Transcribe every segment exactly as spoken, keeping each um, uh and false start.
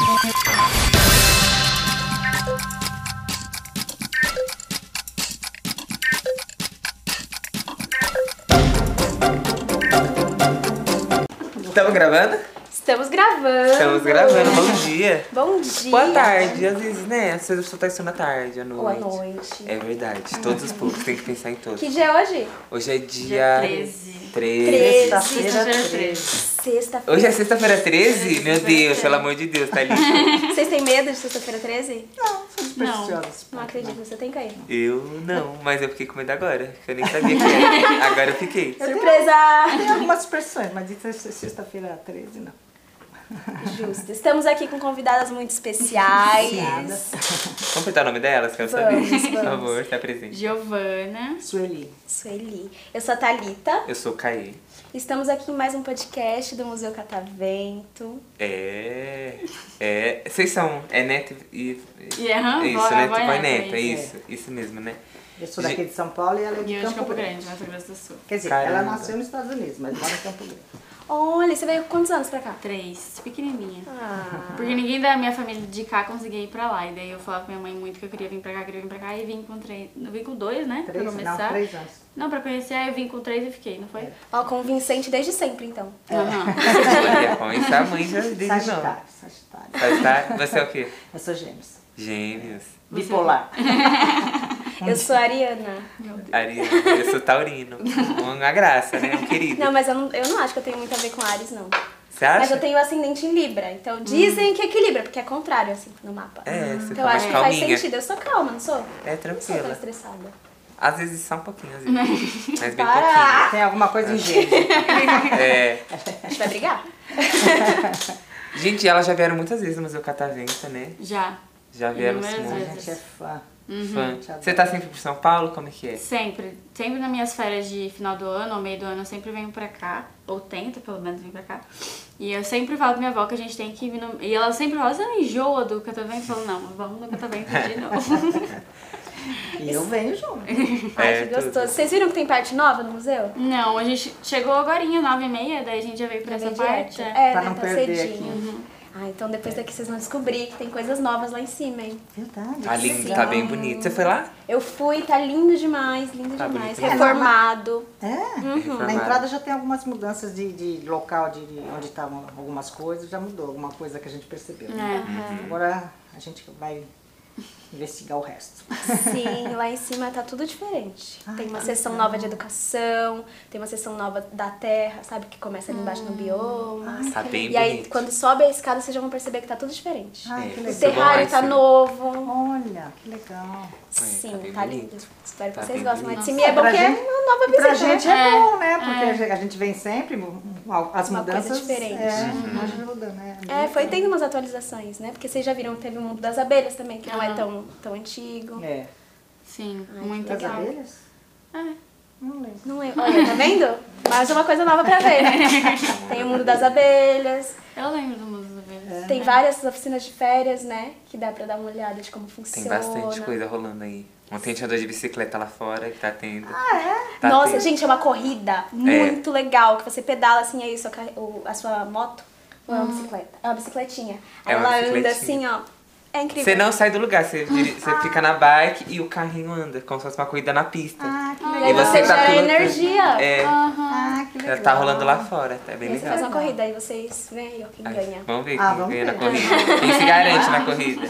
Estamos gravando? Estamos gravando. Estamos gravando. Bom dia. Bom dia. Boa tarde. Às vezes, né? Você só tá estudando à tarde, à noite. Ou à noite. É verdade. Todos os públicos tem que pensar em todos. Que dia é hoje? Hoje é dia... Dia treze. treze. Sexta-feira treze. Sexta-feira. Hoje é sexta-feira treze? Meu Deus, pelo amor de Deus, tá ali. Vocês têm medo de sexta-feira treze? Não, são supersticiosos. Não acredito, você tem, Caio? Eu não, mas eu fiquei com medo agora. Que eu nem sabia que era. Agora eu fiquei. Surpresa! Tem algumas superstições, mas isso é sexta-feira treze, não. Justo. Estamos aqui com convidadas muito especiais. Vamos apertar o nome delas, quero Vamos, saber. vamos. Por favor, tá presente. Giovana. Sueli. Sueli. Eu sou a Thalita. Eu sou o Caê. Estamos aqui em mais um podcast do Museu Catavento. É. É. Vocês são. É neto e. E aham, Isso, vó- neto avó e e pai neta, neto. É isso. isso. Isso mesmo, né? Eu sou daqui de São Paulo e ela é E de eu de Campo, Campo Grande. Grande, Mato Grosso do Sul. Quer dizer, Caramba. ela nasceu nos Estados Unidos, mas mora em Campo Grande. Olha, você veio quantos anos pra cá? Três, pequenininha. Ah. Porque ninguém da minha família de cá conseguia ir pra lá. E daí eu falava pra minha mãe muito que eu queria vir pra cá, queria vir pra cá. E vim com três. Eu vim com dois, né? Três? pra começar. Não, três anos. Não, pra conhecer, aí eu vim com três e fiquei, não foi? É. Ó, convincente desde sempre, então. Aham. Olha, com isso a mãe já desde não. Sagitário, Sagitário. Sagitário? Você é o quê? Eu sou gêmeos. Gêmeos. Bipolar. Eu sou a Ariana. Ariana. Eu sou taurino. Uma graça, né? Um querido. Não, mas eu não, eu não acho que eu tenho muito a ver com Ares, não. Você acha? Mas eu tenho ascendente em Libra, então dizem que equilibra, porque é contrário, assim, no mapa. É, você Então tá eu mais acho que faz calminha. sentido. Eu sou calma, não sou? É Não sou tão tranquila. estressada. Às vezes só um pouquinho, às vezes. Mas bem Para! Tem alguma coisa em gêmeos. pouquinho. É. A gente vai brigar? Gente, elas já vieram muitas vezes no Museu Catavento, né? Já. Já vieram Inúmeras muito. A gente é fã. Fã. Você tá sempre por São Paulo? Como é que é? Sempre. Sempre nas minhas férias de final do ano ou meio do ano eu sempre venho pra cá. Ou tento, pelo menos, vir pra cá. E eu sempre falo pra minha avó que a gente tem que vir no... E ela sempre fala, você não enjoa do Catavento? Eu falo, não, vamos no Catavento de novo. E eu venho junto. Ai, É, que tudo. gostoso. Vocês viram que tem parte nova no museu? Não, a gente chegou agorinha, nove e meia, daí a gente já veio pra Já essa vem parte. direto? é. É, Pra né, não tá perder cedinho. Ah, então depois daqui vocês vão descobrir que tem coisas novas lá em cima, hein? Verdade. Tá lindo, Sim. tá bem bonito. Você foi lá? Eu fui, tá lindo demais, lindo Tá demais. bonito, né? Reformado. É? Reformado. Na entrada já tem algumas mudanças de, de local, de, de onde estavam algumas coisas, já mudou alguma coisa que a gente percebeu. né? É. Agora a gente vai investigar o resto. Sim, lá em cima tá tudo diferente. Ai, Tem uma que seção legal. nova de educação, tem uma seção nova da terra, sabe? Que começa ali embaixo no bioma. Tá bem E aí, bonito. quando sobe a escada, vocês já vão perceber que tá tudo diferente. Ai, É, que O legal. terrário tá Sim. novo. Olha, que legal. Sim, tá bem tá bonito. lindo. Espero que Tá vocês bem gostem mais de bonito. cima. E é bom Pra que é gente- uma nova E pra visita, gente né? é, É, bom, né? Porque a gente vem sempre, as Uma coisa mudanças diferente. É, Uhum. ajuda, né? É, foi tendo umas atualizações, né? Porque vocês já viram que teve o Mundo das Abelhas também, que não é Aham. tão, tão antigo. É. Sim, Ai, muito que Das legal. abelhas? É. Não lembro. Não é? Olha, tá vendo? Mais uma coisa nova pra ver, né? Tem o Mundo das Abelhas, Eu lembro do Museu das Abelhas. tem várias oficinas de férias, né? Que dá pra dar uma olhada de como Tem funciona. bastante coisa rolando aí. Ontem tinha andou de bicicleta lá fora que tá tendo. Ah, é? Tá Nossa, tendo. gente, é uma corrida muito legal, que você pedala assim, aí o seu carro- o- a sua moto, ou é uma bicicleta? É uma bicicletinha. Aí É uma ela anda bicicletinha. assim, ó. É incrível. Você não sai do lugar, você, diri- você fica na bike e o carrinho anda, como se fosse uma corrida na pista. Ah, que E legal. aí você tá gera pilotando. energia. É, Ah, que legal. já tá rolando lá fora, tá bem E aí você legal. faz uma corrida, aí vocês veem aí, ó, quem Ai, ganha. Vamos ver Ah, quem vamos ganha na ver. corrida. Quem se garante na corrida.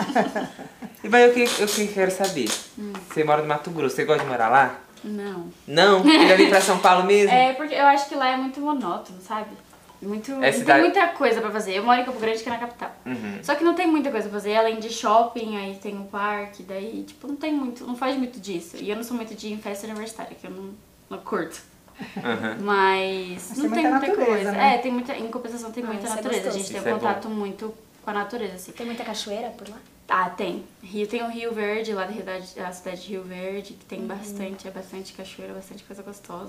E vai, eu que, eu que quero saber. Você mora no Mato Grosso, você gosta de morar lá? Não. Não? Você já veio pra São Paulo mesmo? É, porque eu acho que lá é muito monótono, sabe? Muito, não cidade- tem muita coisa pra fazer. Eu moro em Campo Grande, que é na capital. Uhum. Só que não tem muita coisa pra fazer, além de shopping, aí tem um parque, daí, tipo, não tem muito, não faz muito disso. E eu não sou muito de ir em festa universitária, que eu não, não curto. Uhum. Mas Mas não tem tem muita muita natureza, coisa. né? É, tem muita, em compensação tem Ah, muita isso é natureza. A gostoso. gente tem Isso um é bom. contato muito com a natureza, assim. Tem muita cachoeira por lá? Ah, tem. Rio, tem o Rio Verde, lá da cidade, da cidade de Rio Verde, que tem bastante, é bastante cachoeira, bastante coisa gostosa.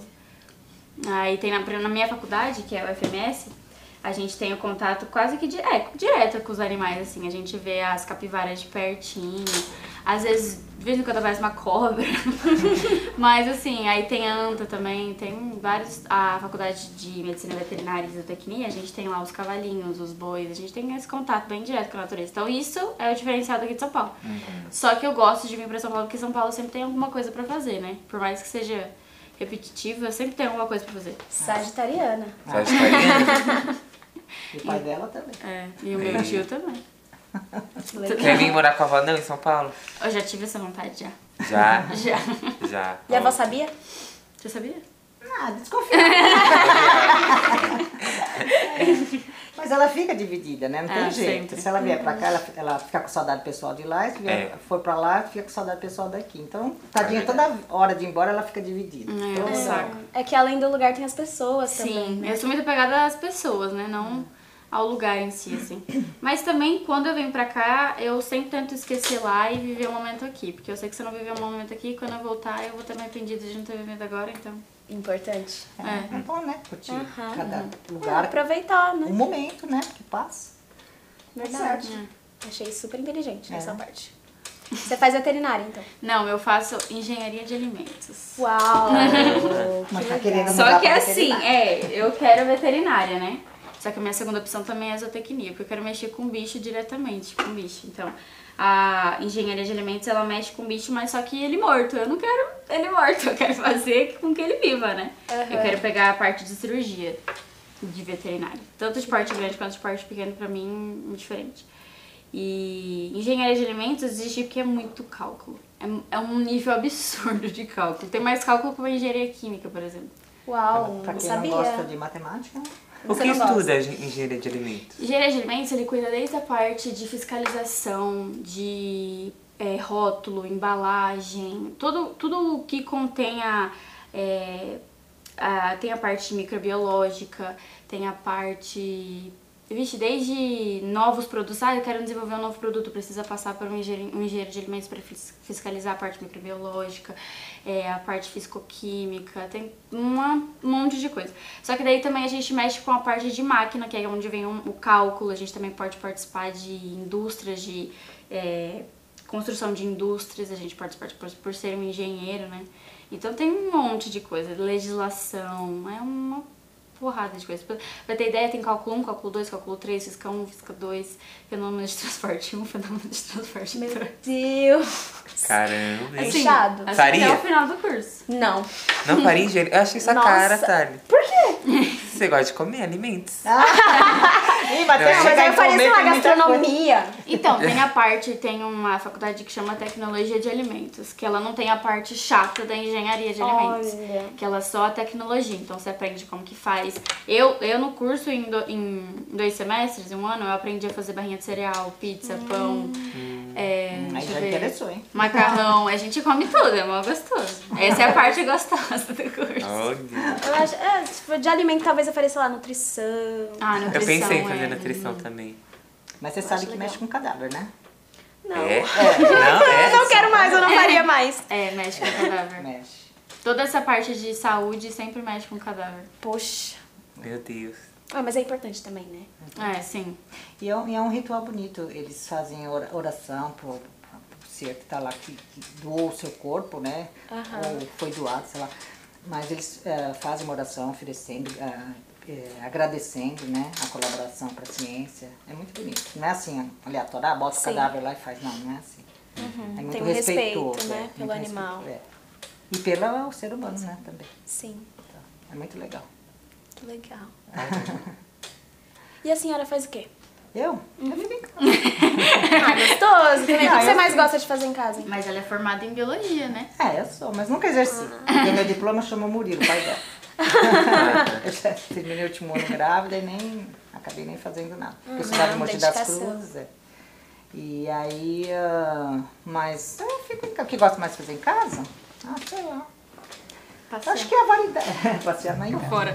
Aí tem na, na minha faculdade, que é o F M S, a gente tem o contato quase que di- é, direto com os animais, assim. A gente vê as capivaras de pertinho, Às vezes, de vez em quando aparece uma cobra. Mas assim, aí tem a anta também, tem vários... A faculdade de medicina veterinária e zootecnia, a gente tem lá os cavalinhos, os bois, a gente tem esse contato bem direto com a natureza. Então isso é o diferencial daqui de São Paulo. Uhum. Só que eu gosto de vir pra São Paulo, porque São Paulo sempre tem alguma coisa pra fazer, né? Por mais que seja repetitiva, sempre tem alguma coisa pra fazer. Sagitariana. Sagitariana. E o pai dela também. É, e o meu tio também. Quer vir morar com a avó não em São Paulo? Eu já tive essa vontade, já. Já? Já. Já. E a avó sabia? Você sabia? Ah, desconfia. Mas ela fica dividida, né? Não tem Ah, jeito. sempre. Se ela vier pra cá, ela, ela fica com saudade do pessoal de lá. Se vier, É. for pra lá, fica com saudade do pessoal daqui. Então, tadinha, toda hora de ir embora, ela fica dividida. É, Toda um saco. hora. É que além do lugar tem as pessoas também. Sim, né? eu sou muito apegada às pessoas, né? Não ao lugar em si, assim. Mas também, quando eu venho pra cá, eu sempre tento esquecer lá e viver o momento aqui. Porque eu sei que se eu não viver o momento aqui, quando eu voltar, eu vou ter me arrependido de não ter vivido agora, então... Importante. É. É bom, né? Curtir Aham. cada É, lugar, aproveitar, um né? momento, né? Que passa. Verdade. É. Achei super inteligente nessa É. parte. Você faz veterinária, então? Não, eu faço engenharia de alimentos. Uau! Mas tá querendo Só mudar que pra assim, veterinária. é, eu quero veterinária, né? Só que a minha segunda opção também é zootecnia, porque eu quero mexer com bicho diretamente, com bicho. Então, a engenharia de alimentos, ela mexe com bicho, mas só que ele morto. Eu não quero ele morto, eu quero fazer com que ele viva, né? Uhum. Eu quero pegar a parte de cirurgia de veterinário. Tanto de parte grande quanto de parte pequena, pra mim, é diferente. E engenharia de alimentos exige porque é muito cálculo. É, é um nível absurdo de cálculo. Tem mais cálculo que uma engenharia química, por exemplo. Uau, Pra não quem sabia. não gosta de matemática, O Você que não gosta? estuda a gen- engenharia de alimentos? Engenharia de alimentos, ele cuida desde a parte de fiscalização, de é, rótulo, embalagem, tudo, tudo que contenha, é, a, tem a parte microbiológica, tem a parte... Vixe, desde novos produtos, ah, eu quero desenvolver um novo produto, precisa passar por um engenheiro, um engenheiro de alimentos para fiscalizar a parte microbiológica, é, a parte fisicoquímica, tem uma, um monte de coisa. Só que daí também a gente mexe com a parte de máquina, que é onde vem um, o cálculo, a gente também pode participar de indústrias, de é, construção de indústrias, a gente participa por, por ser um engenheiro, né? Então tem um monte de coisa, legislação, é uma porrada de coisa. Pra ter ideia, tem cálculo um, cálculo dois, cálculo três, física um, física dois, fenômeno de transporte um, fenômeno de transporte Meu dois. Deus! Caramba, hein? Assim, Puxado. acho que Faria? até o final do curso. Não. Não faria engenharia? Eu achei essa Nossa. cara, Thali. Por quê? Você gosta de comer alimentos? Ih, mas tem Não, que Mas chegar aí em eu faria, comer, sei lá, tem muita gastronomia. Então, tem a parte, tem uma faculdade que chama Tecnologia de Alimentos, que ela não tem a parte chata da engenharia de alimentos. Olha. Que ela é só a tecnologia, então você aprende como que faz. Eu, eu no curso, em, do, em dois semestres, em um ano, eu aprendi a fazer barrinha de cereal, pizza, pão, é, Aí deixa eu já ver, interessou, hein? macarrão. A gente come tudo, é mó gostoso. Essa é a parte gostosa do curso. Olha. Eu acho, é, se for de alimento, talvez eu faria, sei lá, nutrição. Ah, Eu nutrição, pensei em fazer é. nutrição também. Mas você sabe que mexe com cadáver, né? Não. É? Não, é? Eu não quero mais, eu não faria mais. É, mexe com cadáver. Mexe. Toda essa parte de saúde sempre mexe com cadáver. Poxa. Meu Deus. Ah, mas é importante também, né? É, sim. E é, um- e é um ritual bonito. Eles fazem ora- oração pro, pro ser que tá lá, que, que doou o seu corpo, né? Aham. Ou foi doado, sei lá. Mas eles eh, fazem uma oração oferecendo, ah, eh, agradecendo, né? A colaboração para a ciência. É muito bonito. Não é assim, aleatório, ah, bota o Sim. cadáver lá e faz. Não, não é assim. É muito Tem um respeito, respeitoso. né, é, pelo muito animal. respeito, é. E pelo ser humano, né, também. Sim. Então, é muito legal. Que legal. E a senhora faz o quê? Eu? Eu fico em casa. Ah, gostoso também. O que Ah, você eu mais sim. gosta de fazer em casa? Mas ela é formada em biologia, né? É, eu sou, mas nunca exerci. Porque meu diploma chama Murilo, pai dela. Eu já terminei o último ano grávida e nem acabei nem fazendo nada. Eu estudava em Mogi das dedicação. Cruzes. É. E aí, ah, mas eu fico em casa. O que gosto mais de fazer em casa? Ah, sei lá. Passear. Acho que é a variedade. Passear na casa. Fora.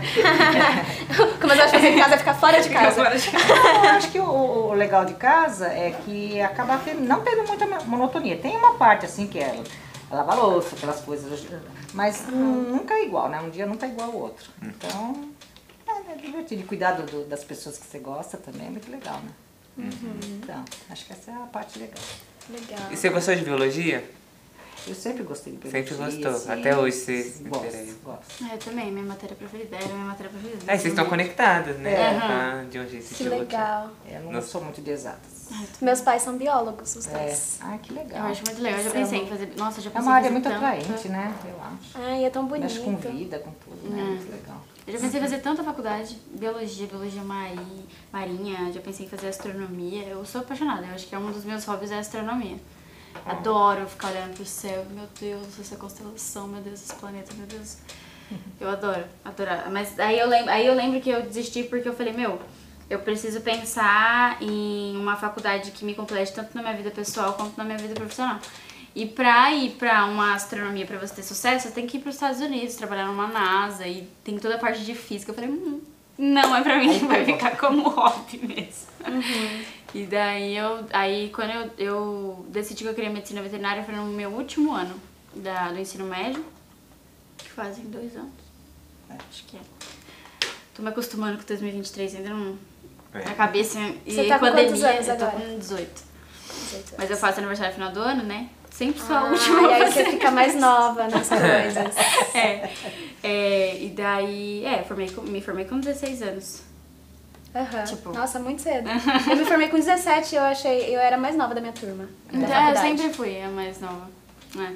O que eu mais gosto de fazer em casa é ficar fora de casa. Não, eu acho que o, o legal de casa é que acaba tendo, não tendo muita monotonia. Tem uma parte assim que é lavar louça, aquelas coisas, mas nunca é igual, né? Um dia nunca é igual ao outro. Então, é, é divertido. E cuidar do- do- das pessoas que você gosta também é muito legal, né? Então, acho que essa é a parte legal. Legal. E você gostou de biologia? Eu sempre gostei de Sempre biologia. gostou? Sim. Até hoje você se Gosto, interessa? gosto. É, eu também, minha matéria preferida, era minha matéria preferida. É, vocês estão conectadas, né? É. Ah, de um jeito Que de outro. legal. Eu não Nossa. sou muito de exatas. Meus pais são biólogos, os É. dois. Ah, que legal. Eu acho muito legal, eu já pensei em fazer... Nossa, eu já É pensei uma em área fazer muito tanto. atraente, né? Eu acho. Ai, é tão bonito. Mexe com vida, com tudo, né? É. Muito legal. Eu já pensei em fazer tanta faculdade, biologia, biologia mari, marinha, já pensei em fazer astronomia. Eu sou apaixonada, eu acho que é um dos meus hobbies é astronomia. Adoro ficar olhando pro céu, meu Deus, essa constelação, meu Deus, esse planeta, meu Deus. Eu adoro, adorar. Mas aí eu lembro, aí eu lembro que eu desisti porque eu falei, meu, eu preciso pensar em uma faculdade que me complete tanto na minha vida pessoal quanto na minha vida profissional. E pra ir pra uma astronomia, pra você ter sucesso, você tem que ir pros Estados Unidos, trabalhar numa NASA e tem toda a parte de física. Eu falei, hum, não é pra mim, vai ficar como hobby mesmo. Uhum. E daí, eu, aí quando eu, eu decidi que eu queria medicina veterinária, foi no meu último ano da, do ensino médio, que fazem dois anos, acho que é. Tô me acostumando com dois mil e vinte e três, ainda não... É. Na cabeça e Você tá com pandemia, quantos anos eu tô agora? com dezoito. dezoito Mas eu faço aniversário no final do ano, né? Sempre sou a Ah, última e a aí fazer você fica mais nova nas coisas. é, é, e daí, é, formei com, me formei com dezesseis anos. Aham. Tipo- Nossa, muito cedo. Eu me formei com dezessete, eu achei, eu era a mais nova da minha turma. da Então, eu faculdade. sempre fui a mais nova. Né?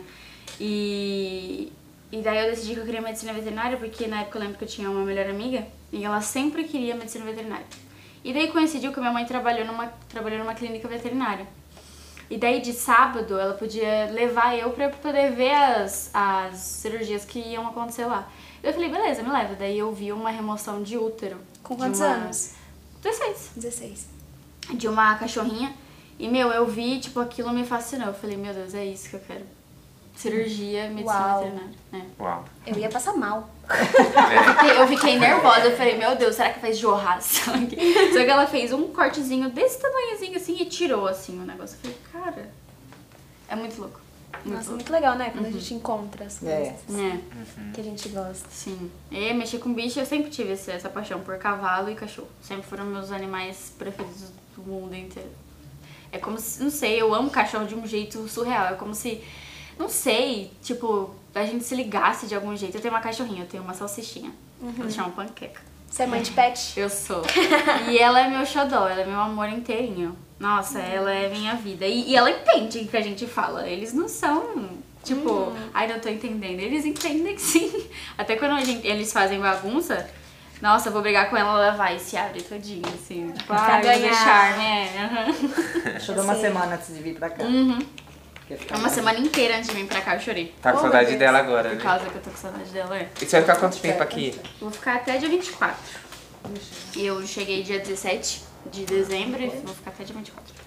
E, e daí eu decidi que eu queria medicina veterinária, porque na época eu lembro que eu tinha uma melhor amiga e ela sempre queria medicina veterinária. E daí coincidiu que minha mãe trabalhou numa, trabalhou numa clínica veterinária. E daí de sábado ela podia levar eu pra poder ver as, as cirurgias que iam acontecer lá. Eu falei, beleza, me leva. Daí eu vi uma remoção de útero. Com de quantos uma- anos? dezesseis. dezesseis. De uma cachorrinha. E, meu, eu vi, tipo, aquilo me fascinou. Eu falei, meu Deus, é isso que eu quero. Cirurgia, medicina Uau. veterinária. É. Uau. Eu ia passar mal. Eu fiquei, eu fiquei nervosa, eu falei, meu Deus, será que faz jorrar sangue? Só que ela fez um cortezinho desse tamanhozinho assim e tirou assim o negócio. Eu falei, cara, é muito louco. Muito Nossa, louco. muito legal, né? Quando a gente encontra as É. coisas É, que a gente gosta. sim. E mexer com bicho, eu sempre tive essa, essa paixão por cavalo e cachorro. Sempre foram meus animais preferidos do mundo inteiro. É como se, não sei, eu amo cachorro de um jeito surreal. É como se, não sei, tipo, a gente se ligasse de algum jeito. Eu tenho uma cachorrinha, eu tenho uma salsichinha. Ela se chama Panqueca. Você é mãe de pet? Eu sou. E ela é meu xodó, ela é meu amor inteirinho. Nossa, ela é minha vida. E, e ela entende o que a gente fala. Eles não são, tipo, ai, não tô entendendo. Eles entendem sim. Até quando a gente, eles fazem bagunça, nossa, eu vou brigar com ela, ela vai e se abre todinha, assim. Tipo, Pra ai, ganhar. deixar, né? Aham. Deixa eu dar uma semana antes de vir pra cá. Uhum. Porque fica Uma mais- semana inteira antes de vir pra cá, eu chorei. Tá com Oh, saudade meu Deus. dela agora, Por né? causa que eu tô com saudade dela, é. E você vai ficar quanto tempo aqui? Eu vou ficar até dia vinte e quatro. Eu cheguei dia dezessete de dezembro e vou ficar até dia vinte e quatro.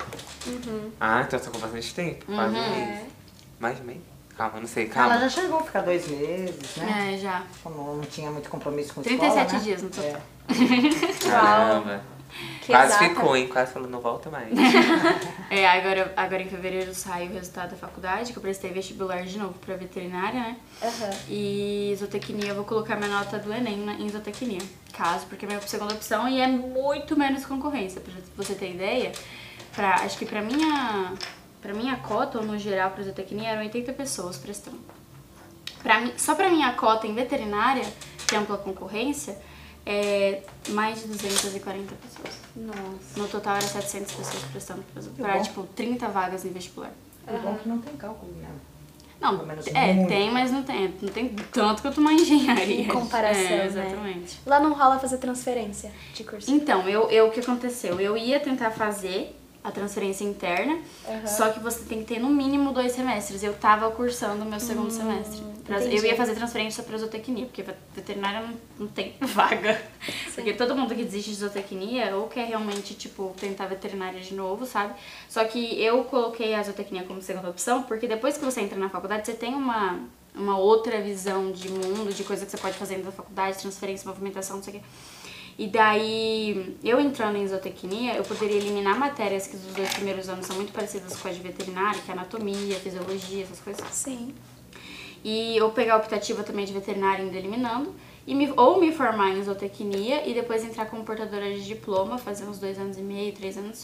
Ah, então tá com bastante tempo. Quase um Uhum. mês. Mais de mês? Calma, não sei, Ela calma. já chegou a ficar dois meses, né? É, já. Como não tinha muito compromisso com a trinta e escola, sete né? dias no total. É. Caramba. Que Quase exata. ficou, hein? Quase falou, não volta mais. É, agora, agora em fevereiro sai o resultado da faculdade, que eu prestei vestibular de novo pra veterinária, né? Aham. E zootecnia, eu vou colocar minha nota do Enem na- em zootecnia. Caso, porque é a minha segunda opção e é muito menos concorrência. Pra você ter ideia, pra, acho que pra minha, pra minha cota, ou no geral pra zootecnia, eram oitenta pessoas prestando. Pra mim, só pra minha cota em veterinária, que é ampla concorrência, é mais de duzentas e quarenta pessoas. Nossa. No total era setecentas pessoas prestando pra, pra bom. tipo, trinta vagas em vestibular. É bom que não tem cálculo, né? Não, Pelo menos é, muito. tem, mas não tem. Não tem tanto quanto uma engenharia. Em comparação, é, né? exatamente. Lá não rola fazer transferência de curso. Então, eu, eu, o que aconteceu? Eu ia tentar fazer a transferência interna, Aham. só que você tem que ter no mínimo dois semestres. Eu tava cursando o meu segundo semestre. Pra- eu entendi. ia fazer transferência pra zootecnia, porque veterinária não, não tem vaga. Porque todo mundo que desiste de zootecnia ou quer realmente, tipo, tentar veterinária de novo, sabe? Só que eu coloquei a zootecnia como segunda opção, porque depois que você entra na faculdade, você tem uma, uma outra visão de mundo, de coisa que você pode fazer dentro da faculdade, transferência, movimentação, não sei o quê. E daí, eu entrando em zootecnia, eu poderia eliminar matérias que dos dois primeiros anos são muito parecidas com as de veterinária, que é anatomia, fisiologia, essas coisas. Sim. E eu pegar a optativa também de veterinária indo eliminando, e me, ou me formar em zootecnia e depois entrar como portadora de diploma, fazer uns dois anos e meio, três anos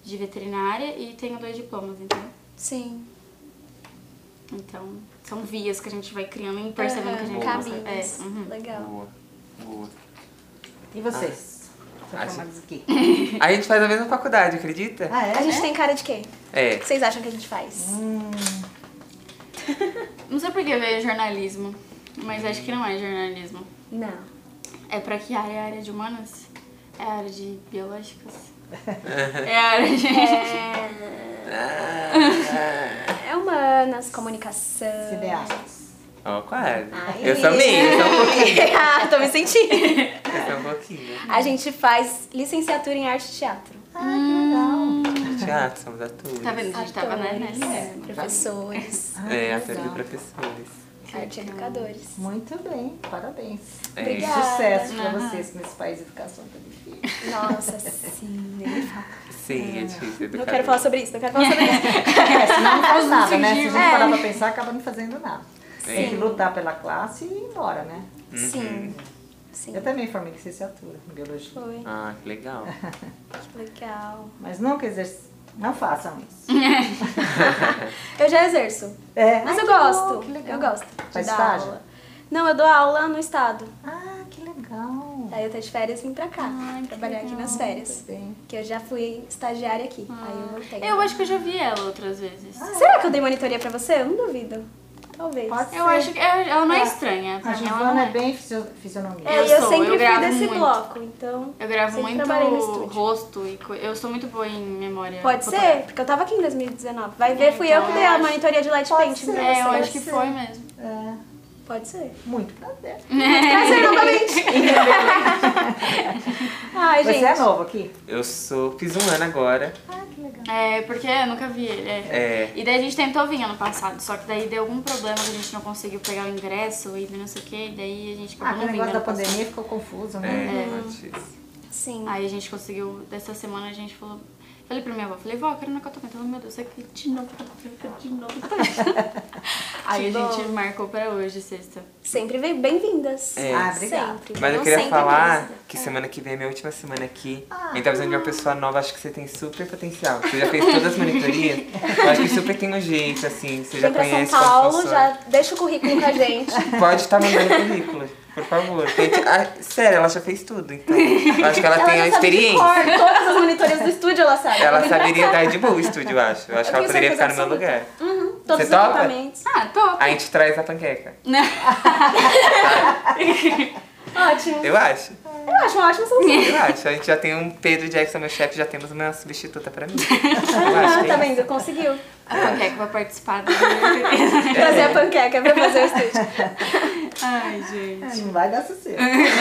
de veterinária e tenho dois diplomas, então. Sim. Então, são vias que a gente vai criando e percebendo que a gente Caminhos. É, uhum. Legal. Boa, boa. E vocês? São Ah, formados em quê? A gente faz a mesma faculdade, acredita? Ah, é? A gente tem cara de quê? É. O que vocês acham que a gente faz? Hum, Não sei por que veio jornalismo, mas acho que não é jornalismo. Não. É pra que área? É a área de humanas? É a área de biológicas? É a área de... É humanas, comunicação. cineastas. Ó, quase. Ai. Eu sou meio, eu sou um pouquinho. Ah, tô me sentindo. Eu sou um pouquinho. A gente faz licenciatura em arte e teatro. Ah, que legal. Teatro, somos atores. Tá vendo? A gente tava, né, Atores, nessa. professores, É, Ah, atores e legal. professores. arte educadores. Muito bem, parabéns. É. Obrigada. Sucesso pra Aham. vocês nesse país de educação tão difícil. Nossa, sim, nem me fala. Sim, é difícil. Não educador. quero falar sobre isso, não quero falar sobre isso. É, senão não faz nada, né? Se a gente É. parar pra pensar, acaba não fazendo nada. Tem que Sim. lutar pela classe e ir embora, né? Sim. Sim. Eu também formei licenciatura em biologia. Foi. Ah, que legal. Que legal. Mas nunca exerci. Não façam isso. Eu já exerço. É. Mas Ai, eu que gosto. bom, que legal. Eu gosto de Faz dar estágio? aula. Não, eu dou aula no estado. Ah, que legal. Aí eu tô de férias e vim pra cá. Ai, que trabalhar aqui nas Muito férias. bem. Que eu já fui estagiária aqui. Aí eu voltei. Eu acho que eu já vi ela outras vezes. Será que eu dei monitoria pra você? Eu não duvido. Talvez. Pode Eu ser. acho que ela ela não é É. estranha. Pra A mim, ela não Giovana é é. bem fisio- fisionomia. É, Eu e eu sou, sempre eu fui gravo desse muito. bloco, então. Eu gravo sempre muito trabalhei no estúdio. rosto e co... eu sou muito boa em memória. Pode fotográfica. ser, porque eu tava aqui em dois mil e dezenove. Vai ver, fui Então, eu que eu dei a acho- monitoria de light Pode paint ser. pra É, eu vocês. acho que foi mesmo. É, Pode ser. muito prazer. Prazer novamente. Ai, Você gente. é novo aqui? Eu sou. Fiz um ano agora. Ah, que legal. É, porque eu nunca vi ele. É. É. E daí a gente tentou vir ano passado, só que daí deu algum problema que a gente não conseguiu pegar o ingresso e não sei o que, e daí a gente Ah, acabou aquele não vindo negócio da ano passado. pandemia ficou confuso, É, né? antes. Sim. Aí a gente conseguiu, dessa semana a gente falou. Falei pra minha avó, falei, vó, eu quero ir no acampamento. Ela, meu Deus, você quer de novo, eu quero de novo. Aí a bom. gente marcou pra hoje, sexta. Sempre vem bem-vindas. É. Ah, obrigada. Sempre. Mas eu Não queria sempre falar mesmo. que É. semana que vem é minha última semana aqui. Ah. A gente tá precisando de uma pessoa nova, acho que você tem super potencial. Você já fez todas as monitorias? Eu acho que super tem um jeito, assim, você já Vem pra São conhece como Paulo, funciona. já deixa o currículo com a gente. Pode estar mandando currículo, por favor. Porque a gente- ah, sério, ela já fez tudo, então. Eu acho que ela, tem a já sabe de experiência. cor, todas as monitorias do estúdio ela sabe. Ela saberia dar de boa o estúdio, eu acho. Eu acho Eu que ela tenho poderia ficar certeza no meu lugar. Uhum, todos Você os topa? equipamentos. Ah, top! A gente traz a panqueca. Ótimo. Eu acho. Eu acho uma ótima solução. Eu acho. A gente já tem um Pedro Jackson, meu chefe, já temos uma substituta pra mim. Eu acho Ah, que tá é vendo? Conseguiu. A panqueca vai participar do Trazer a panqueca pra fazer o estúdio. Ai, gente. É, não vai dar sucesso.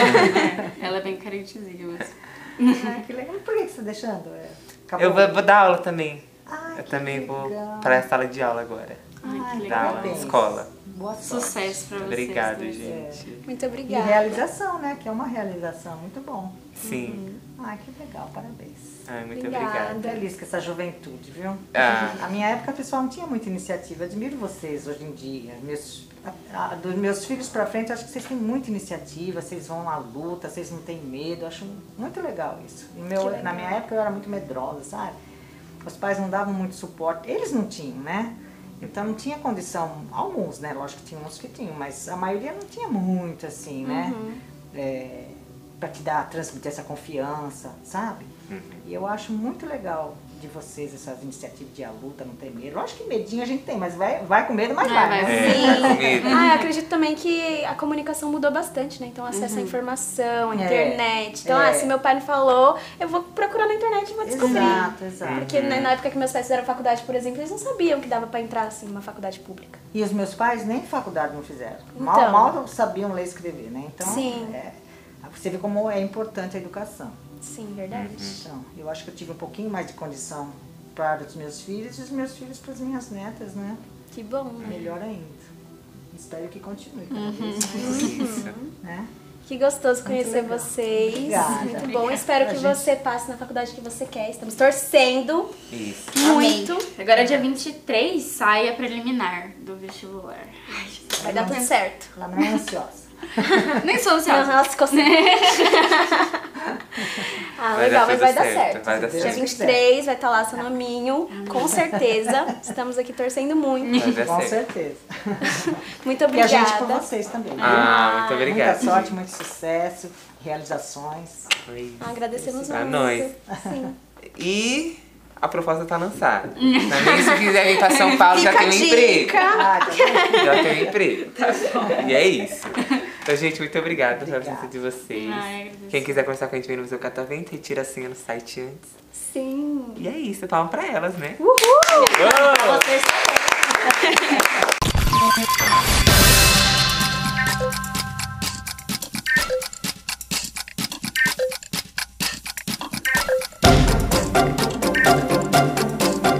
Ela é bem carentezinha, mas... Ah, que legal. Por que que você tá deixando? É, acabou? Eu vou, vou dar aula também. Ah, Eu que também vou legal. pra sala de aula agora. Ai, que Ai, Dar legal. aula na parabéns. escola. Boa sorte. Sucesso pra vocês. Obrigado, dois. gente. Muito E obrigada. realização, né? Que é uma realização. Muito bom. Sim. Ah, que legal. Parabéns. Ai, muito Obrigada. obrigado. Feliz com essa juventude, viu? Ah. A minha época, o pessoal não tinha muita iniciativa. Admiro vocês hoje em dia. Meus, a- a- dos meus filhos pra frente, acho que vocês têm muita iniciativa, vocês vão à luta, vocês não têm medo. Acho muito legal isso. E meu, Que legal. na minha época, eu era muito medrosa, sabe? Os pais não davam muito suporte. Eles não tinham, né? Então não tinha condição. Alguns, né? Lógico que tinha uns que tinham, mas a maioria não tinha muito, assim, né? É, pra te dar, transmitir essa confiança, sabe? E eu acho muito legal de vocês essas iniciativas de a luta, não ter medo. Lógico que medinho a gente tem, mas vai, vai com medo, mas É, vai, vai. né? É, Sim. tá com medo. Ah, eu acredito também que a comunicação mudou bastante, né? Então, acesso à informação, à É. internet. Então, É. ah, se meu pai me falou, eu vou procurar na internet e vou descobrir. Exato, exato. Porque né, na época que meus pais fizeram faculdade, por exemplo, eles não sabiam que dava pra entrar assim numa faculdade pública. E os meus pais nem faculdade não fizeram. Então. Mal, mal sabiam ler e escrever, né? Então, Sim. é, você vê como é importante a educação. Sim, verdade. Então, eu acho que eu tive um pouquinho mais de condição para os meus filhos e os meus filhos para as minhas netas, né? Que bom, né? Melhor ainda. Espero que continue cada vez mais, Isso. né? Que gostoso conhecer legal. vocês. Obrigada. Muito bom. Espero que A gente- você passe na faculdade que você quer. Estamos torcendo Isso. muito. Agora, dia vinte e três, sai a preliminar do vestibular. Ai, Vai dar tudo certo. Ela não é ansiosa. Nem sou Não, ansiosa. ela ficou sem. Ah, Vai legal, dar mas vai tudo dar certo, certo. vai dar Dia certo. vinte e três vai estar lá seu nominho, com certeza. Estamos aqui torcendo muito. Vai dar Com certo. certeza. Muito E a obrigada. gente por vocês também. Ah, muito Muita obrigado. sorte, muito sucesso, realizações. Ai. Ah, agradecemos Pra muito. nós. Sim. E a proposta tá lançada. Também se quiser vir pra São Paulo, já Fica tem um a emprego. dica. Ah, tá bom. Já tem um emprego. E é isso. Então, gente, muito obrigada pela presença de vocês. Ai, agradeço. Quem quiser conversar com a gente, vem no Museu Catavento, retira a senha no site antes. Sim. E é isso, palma pra elas, né? Uhul! Uou! Vocês também.